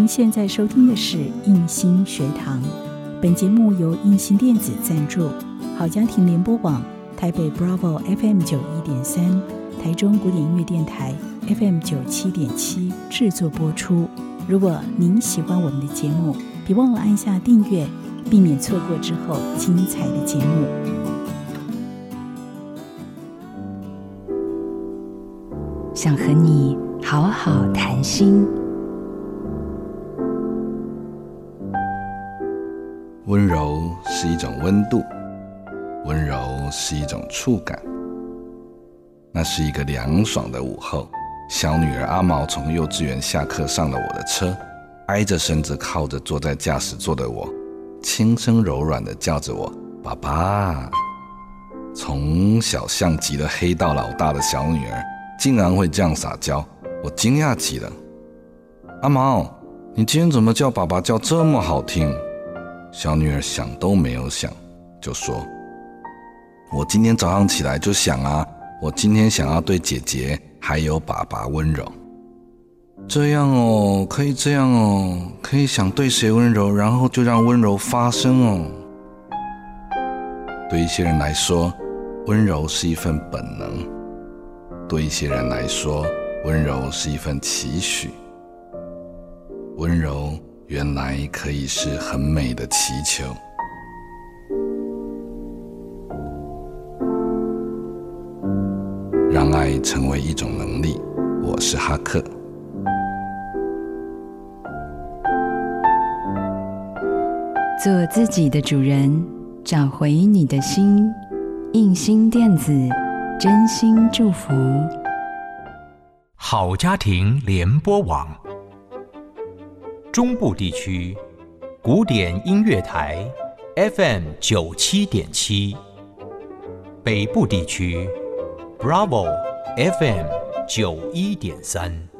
现在收听的是映心学堂，本节目由映心电子赞助，好家庭联播网台北 Bravo FM 91.3，台中古典音乐电台 FM 97.7制作播出。如果您喜欢我们的节目，别忘了按下订阅，避免错过之后精彩的节目。 想和你好好谈心。 温柔是一种温度，温柔是一种触感。那是一个凉爽的午后，小女儿阿毛从幼稚园下课上了我的车，挨着身子靠着坐在驾驶座的我，轻声柔软地叫着我爸爸。从小像极了黑道老大的小女儿竟然会这样撒娇，我惊讶极了。阿毛，你今天怎么叫爸爸叫这么好听？小女儿想都没有想就说，我今天早上起来就想啊，我今天想要对姐姐还有爸爸温柔。这样哦，可以这样哦，可以想对谁温柔，然后就让温柔发生哦。对一些人来说，温柔是一份本能，对一些人来说，温柔是一份期许。温柔原来可以是很美的祈求。让爱成为一种能力，我是哈克。 做自己的主人，找回你的心。映心电子，真心祝福。 好家庭联播网，中部地区古典音乐台 FM 97.7，北部地区 Bravo FM 91.3。